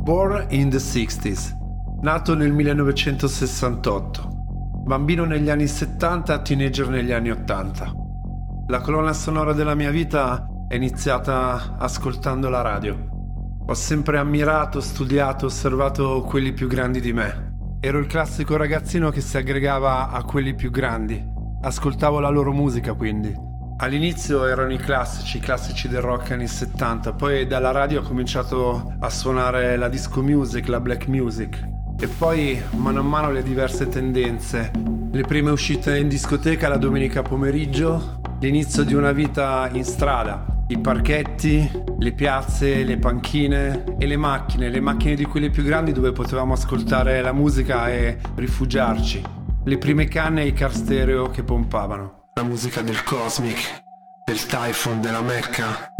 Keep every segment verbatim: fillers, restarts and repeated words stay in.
Born in the sixties, nato nel millenovecentosessantotto, bambino negli anni settanta, teenager negli anni ottanta. La colonna sonora della mia vita è iniziata ascoltando la radio. Ho sempre ammirato, studiato, osservato quelli più grandi di me. Ero il classico ragazzino che si aggregava a quelli più grandi. Ascoltavo la loro musica, quindi. All'inizio erano i classici, i classici del rock anni settanta, poi dalla radio ho cominciato a suonare la disco music, la black music, e poi mano a mano le diverse tendenze, le prime uscite in discoteca la domenica pomeriggio, l'inizio di una vita in strada, i parchetti, le piazze, le panchine e le macchine, le macchine di quelle più grandi dove potevamo ascoltare la musica e rifugiarci, le prime canne e i car stereo che pompavano. La musica del Cosmic, del Typhoon, della Mecca.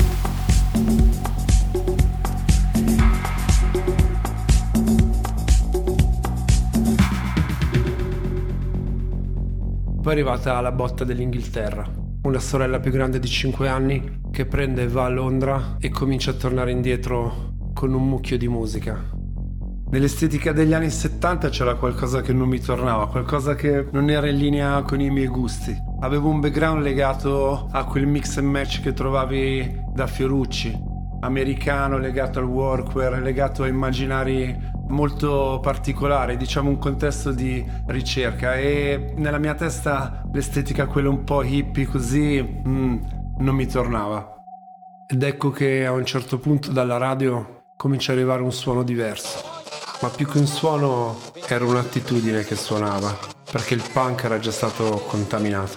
Poi è arrivata la botta dell'Inghilterra, una sorella più grande di cinque anni che prende e va a Londra e comincia a tornare indietro con un mucchio di musica. Nell'estetica degli anni settanta c'era qualcosa che non mi tornava, qualcosa che non era in linea con i miei gusti. Avevo un background legato a quel mix and match che trovavi da Fiorucci, americano, legato al workwear, legato a immaginari molto particolari, diciamo un contesto di ricerca, e nella mia testa l'estetica quella un po' hippie così mm, non mi tornava. Ed ecco che a un certo punto dalla radio comincia ad arrivare un suono diverso. Ma più che un suono era un'attitudine che suonava, perché il punk era già stato contaminato.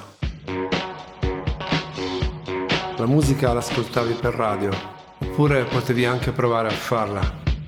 La musica l'ascoltavi per radio, oppure potevi anche provare a farla.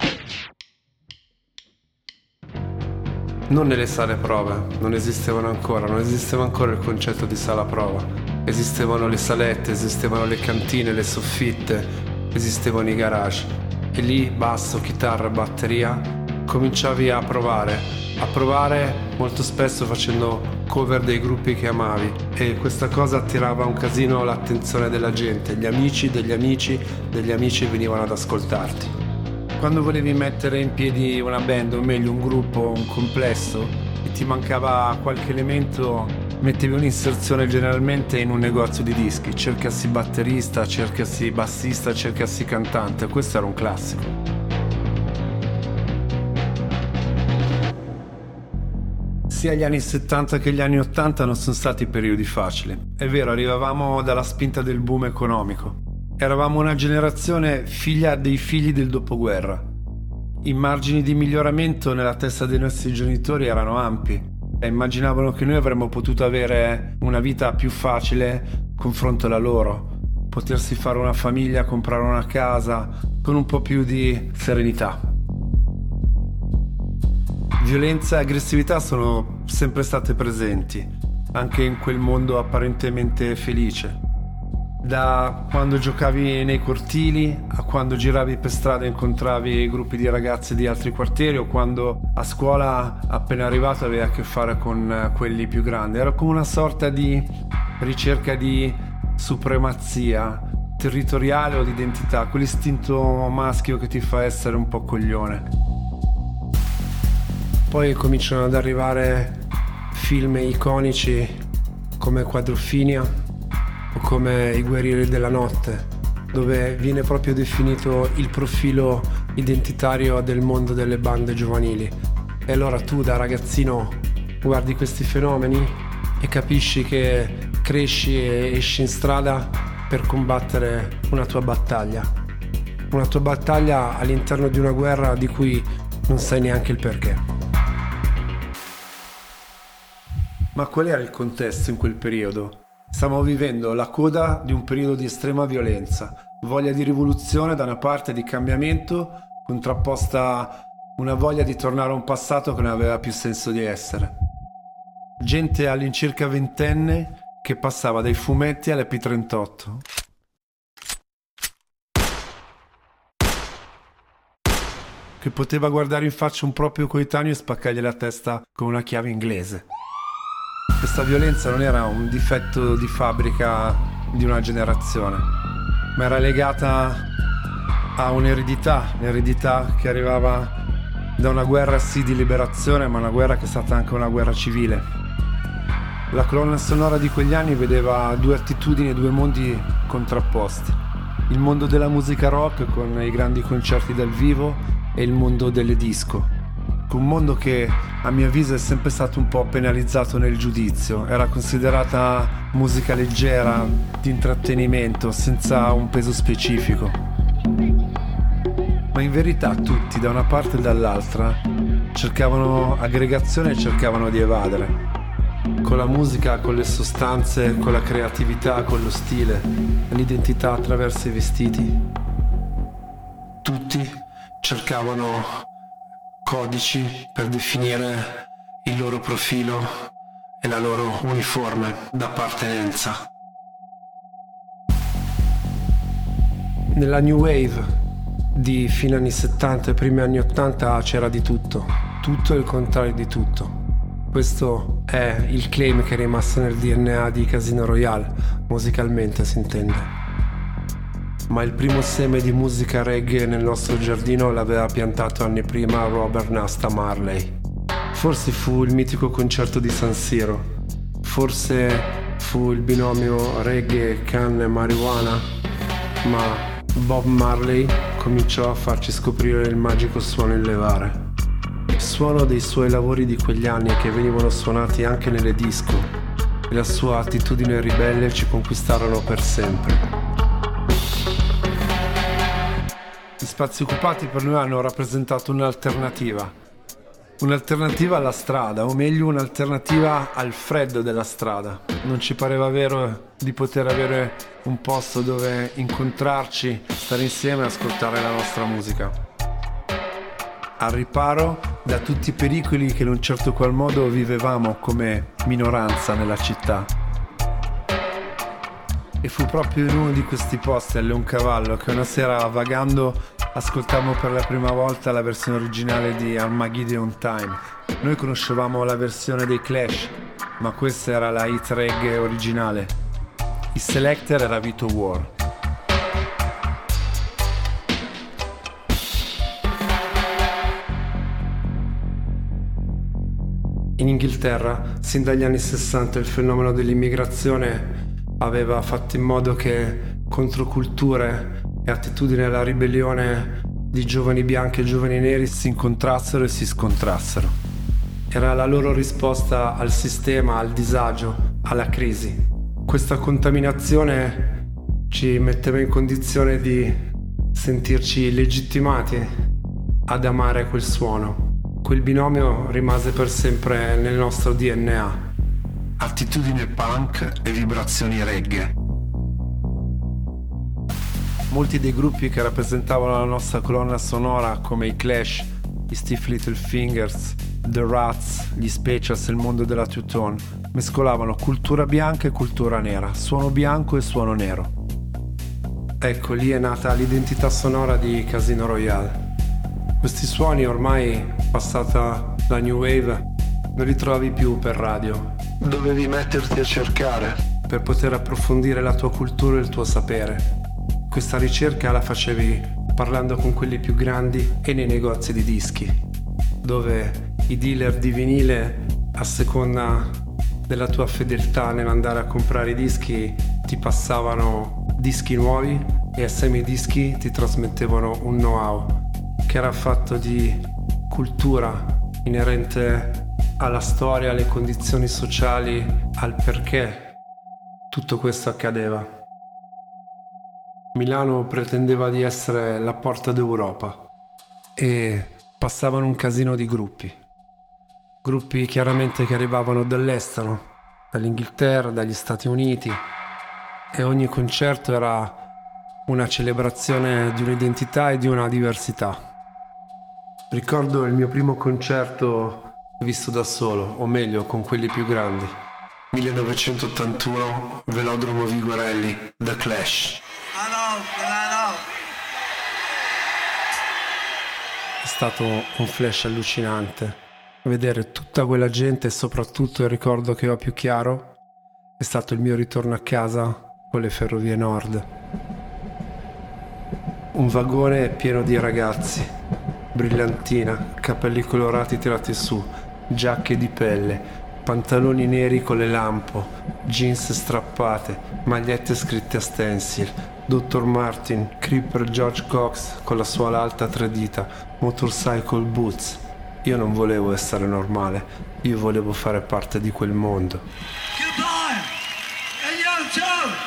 Non nelle sale prova, non esistevano ancora, non esisteva ancora il concetto di sala prova. Esistevano le salette, esistevano le cantine, le soffitte, esistevano i garage. E lì basso, chitarra, batteria, cominciavi a provare, a provare molto spesso facendo cover dei gruppi che amavi, e questa cosa attirava un casino l'attenzione della gente, gli amici degli amici degli amici venivano ad ascoltarti. Quando volevi mettere in piedi una band, o meglio un gruppo, un complesso, e ti mancava qualche elemento, mettevi un'inserzione generalmente in un negozio di dischi, cercassi batterista, cercassi bassista, cercassi cantante, questo era un classico. Sia gli anni settanta che gli anni ottanta non sono stati periodi facili. È vero, arrivavamo dalla spinta del boom economico. Eravamo una generazione figlia dei figli del dopoguerra. I margini di miglioramento nella testa dei nostri genitori erano ampi e immaginavano che noi avremmo potuto avere una vita più facile confronto alla loro, potersi fare una famiglia, comprare una casa con un po' più di serenità. Violenza e aggressività sono sempre state presenti, anche in quel mondo apparentemente felice. Da quando giocavi nei cortili, a quando giravi per strada e incontravi gruppi di ragazzi di altri quartieri, o quando a scuola appena arrivato avevi a che fare con quelli più grandi. Era come una sorta di ricerca di supremazia territoriale o di identità, quell'istinto maschio che ti fa essere un po' coglione. Poi cominciano ad arrivare film iconici come Quadrofinia o come I Guerrieri della Notte, dove viene proprio definito il profilo identitario del mondo delle bande giovanili. E allora tu da ragazzino guardi questi fenomeni e capisci che cresci e esci in strada per combattere una tua battaglia. Una tua battaglia all'interno di una guerra di cui non sai neanche il perché. Ma qual era il contesto in quel periodo? Stavamo vivendo la coda di un periodo di estrema violenza, voglia di rivoluzione da una parte, di cambiamento, contrapposta a una voglia di tornare a un passato che non aveva più senso di essere. Gente all'incirca ventenne che passava dai fumetti alle P trentotto. Che poteva guardare in faccia un proprio coetaneo e spaccargli la testa con una chiave inglese. Questa violenza non era un difetto di fabbrica di una generazione, ma era legata ha un'eredità, un'eredità che arrivava da una guerra sì di liberazione, ma una guerra che è stata anche una guerra civile. La colonna sonora di quegli anni vedeva due attitudini e due mondi contrapposti. Il mondo della musica rock con i grandi concerti dal vivo e il mondo delle disco. Un mondo che a mio avviso è sempre stato un po' penalizzato nel giudizio. Era considerata musica leggera, di intrattenimento, senza un peso specifico. Ma in verità tutti, da una parte e dall'altra, cercavano aggregazione e cercavano di evadere. Con la musica, con le sostanze, con la creatività, con lo stile, l'identità attraverso i vestiti. Tutti cercavano codici per definire il loro profilo e la loro uniforme d'appartenenza. Nella New Wave di fine anni settanta e primi anni ottanta c'era di tutto, tutto e il contrario di tutto. Questo è il claim che è rimasto nel D N A di Casino Royale, musicalmente si intende. Ma il primo seme di musica reggae nel nostro giardino l'aveva piantato anni prima Robert Nasta Marley. Forse fu il mitico concerto di San Siro, forse fu il binomio reggae, canne e marijuana, ma Bob Marley cominciò a farci scoprire il magico suono in levare. Il suono dei suoi lavori di quegli anni che venivano suonati anche nelle disco e la sua attitudine ribelle ci conquistarono per sempre. Gli spazi occupati per noi hanno rappresentato un'alternativa. Un'alternativa alla strada, o meglio un'alternativa al freddo della strada. Non ci pareva vero di poter avere un posto dove incontrarci, stare insieme e ascoltare la nostra musica. Al riparo da tutti i pericoli che in un certo qual modo vivevamo come minoranza nella città. E fu proprio in uno di questi posti, a Leoncavallo, che una sera vagando ascoltammo per la prima volta la versione originale di Armageddon Time. Noi conoscevamo la versione dei Clash, ma questa era la hit reggae originale. Il selector era Vito War. In Inghilterra, sin dagli anni sessanta, il fenomeno dell'immigrazione aveva fatto in modo che controculture e attitudini alla ribellione di giovani bianchi e giovani neri si incontrassero e si scontrassero. Era la loro risposta al sistema, al disagio, alla crisi. Questa contaminazione ci metteva in condizione di sentirci legittimati ad amare quel suono. Quel binomio rimase per sempre nel nostro D N A. Attitudine punk e vibrazioni reggae. Molti dei gruppi che rappresentavano la nostra colonna sonora, come i Clash, gli Stiff Little Fingers, The Rats, gli Specials e il mondo della two-tone, mescolavano cultura bianca e cultura nera, suono bianco e suono nero. Ecco, lì è nata l'identità sonora di Casino Royale. Questi suoni ormai, passata la New Wave, non li trovi più per radio. Dovevi metterti a cercare per poter approfondire la tua cultura e il tuo sapere. Questa ricerca la facevi parlando con quelli più grandi e nei negozi di dischi, dove i dealer di vinile, a seconda della tua fedeltà nell'andare a comprare i dischi, ti passavano dischi nuovi e assieme ai dischi ti trasmettevano un know-how che era fatto di cultura inerente alla storia, alle condizioni sociali, al perché tutto questo accadeva. Milano pretendeva di essere la porta d'Europa e passavano un casino di gruppi. Gruppi chiaramente che arrivavano dall'estero, dall'Inghilterra, dagli Stati Uniti, e ogni concerto era una celebrazione di un'identità e di una diversità. Ricordo il mio primo concerto visto da solo, o meglio con quelli più grandi. millenovecentottantuno, Velodromo Vigorelli, The Clash. È stato un flash allucinante vedere tutta quella gente, e soprattutto il ricordo che ho più chiaro è stato il mio ritorno a casa con le Ferrovie Nord. Un vagone pieno di ragazzi, brillantina, capelli colorati tirati su, giacche di pelle, pantaloni neri con le lampo, jeans strappate, magliette scritte a stencil, dottor Martin, Creeper George Cox con la sua ala alta a tre dita, motorcycle boots. Io non volevo essere normale, io volevo fare parte di quel mondo. Goodbye! And you too!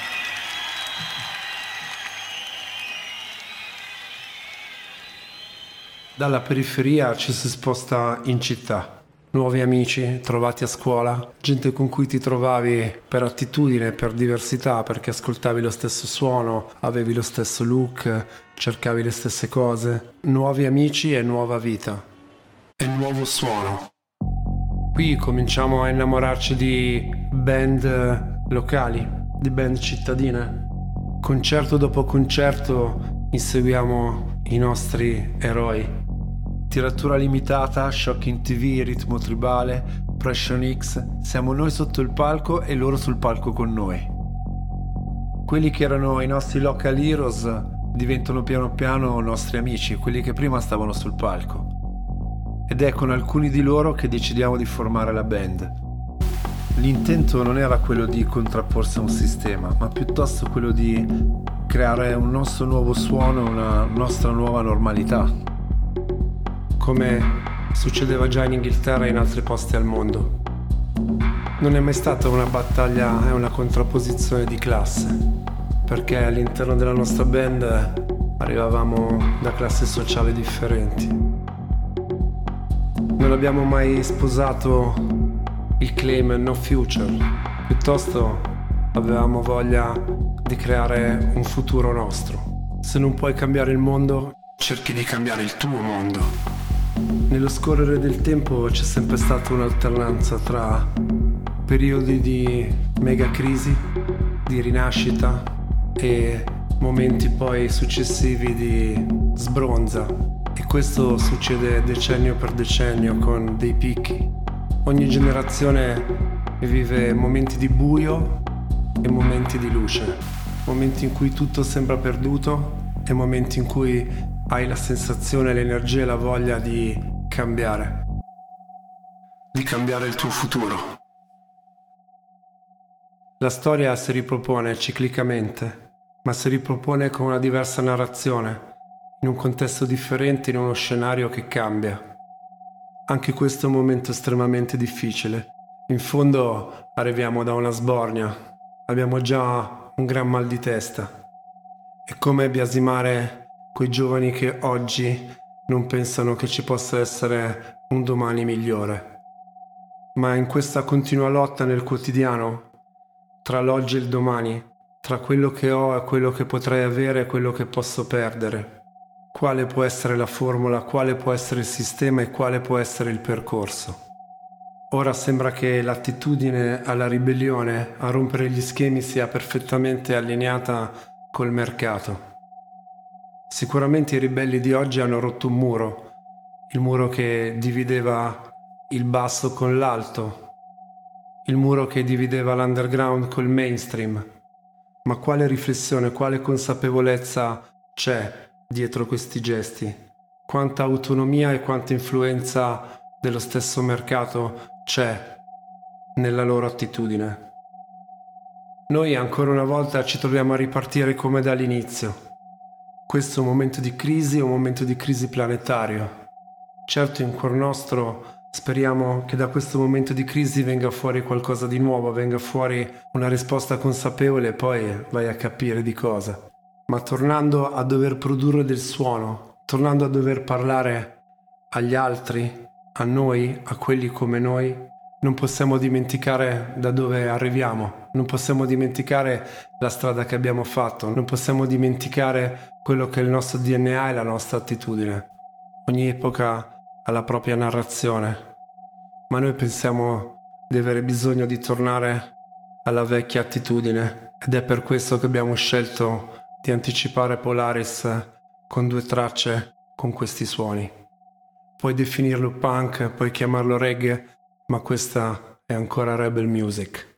Dalla periferia ci si sposta in città. Nuovi amici trovati a scuola, gente con cui ti trovavi per attitudine, per diversità, perché ascoltavi lo stesso suono, avevi lo stesso look, cercavi le stesse cose. Nuovi amici e nuova vita. E nuovo suono. Qui cominciamo a innamorarci di band locali, di band cittadine. Concerto dopo concerto inseguiamo i nostri eroi. Tiratura limitata, Shocking T V, ritmo tribale, Pression X, siamo noi sotto il palco e loro sul palco con noi. Quelli che erano i nostri local heroes diventano piano piano nostri amici, quelli che prima stavano sul palco. Ed è con alcuni di loro che decidiamo di formare la band. L'intento non era quello di contrapporsi a un sistema, ma piuttosto quello di creare un nostro nuovo suono, una nostra nuova normalità. Come succedeva già in Inghilterra e in altri posti al mondo. Non è mai stata una battaglia e una contrapposizione di classe, perché all'interno della nostra band arrivavamo da classi sociali differenti. Non abbiamo mai sposato il claim no future, piuttosto avevamo voglia di creare un futuro nostro. Se non puoi cambiare il mondo, cerchi di cambiare il tuo mondo. Nello scorrere del tempo c'è sempre stata un'alternanza tra periodi di mega crisi, di rinascita e momenti poi successivi di sbronza. E questo succede decennio per decennio con dei picchi. Ogni generazione vive momenti di buio e momenti di luce, momenti in cui tutto sembra perduto e momenti in cui hai la sensazione, l'energia e la voglia di cambiare, di cambiare il tuo futuro. La storia si ripropone ciclicamente, ma si ripropone con una diversa narrazione, in un contesto differente, in uno scenario che cambia. Anche questo è un momento estremamente difficile. In fondo arriviamo da una sbornia, abbiamo già un gran mal di testa. È come biasimare quei giovani che oggi non pensano che ci possa essere un domani migliore. Ma in questa continua lotta nel quotidiano, tra l'oggi e il domani, tra quello che ho e quello che potrei avere e quello che posso perdere, quale può essere la formula, quale può essere il sistema e quale può essere il percorso? Ora sembra che l'attitudine alla ribellione, a rompere gli schemi, sia perfettamente allineata col mercato. Sicuramente i ribelli di oggi hanno rotto un muro, il muro che divideva il basso con l'alto, il muro che divideva l'underground col mainstream. Ma quale riflessione, quale consapevolezza c'è dietro questi gesti? Quanta autonomia e quanta influenza dello stesso mercato c'è nella loro attitudine? Noi ancora una volta ci troviamo a ripartire come dall'inizio. Questo è un momento di crisi, un momento di crisi planetario. Certo, in cuor nostro speriamo che da questo momento di crisi venga fuori qualcosa di nuovo, venga fuori una risposta consapevole e poi vai a capire di cosa. Ma tornando a dover produrre del suono, tornando a dover parlare agli altri, a noi, a quelli come noi, non possiamo dimenticare da dove arriviamo, non possiamo dimenticare la strada che abbiamo fatto, non possiamo dimenticare quello che è il nostro D N A e la nostra attitudine. Ogni epoca ha la propria narrazione, ma noi pensiamo di avere bisogno di tornare alla vecchia attitudine ed è per questo che abbiamo scelto di anticipare Polaris con due tracce con questi suoni. Puoi definirlo punk, puoi chiamarlo reggae, ma questa è ancora rebel music.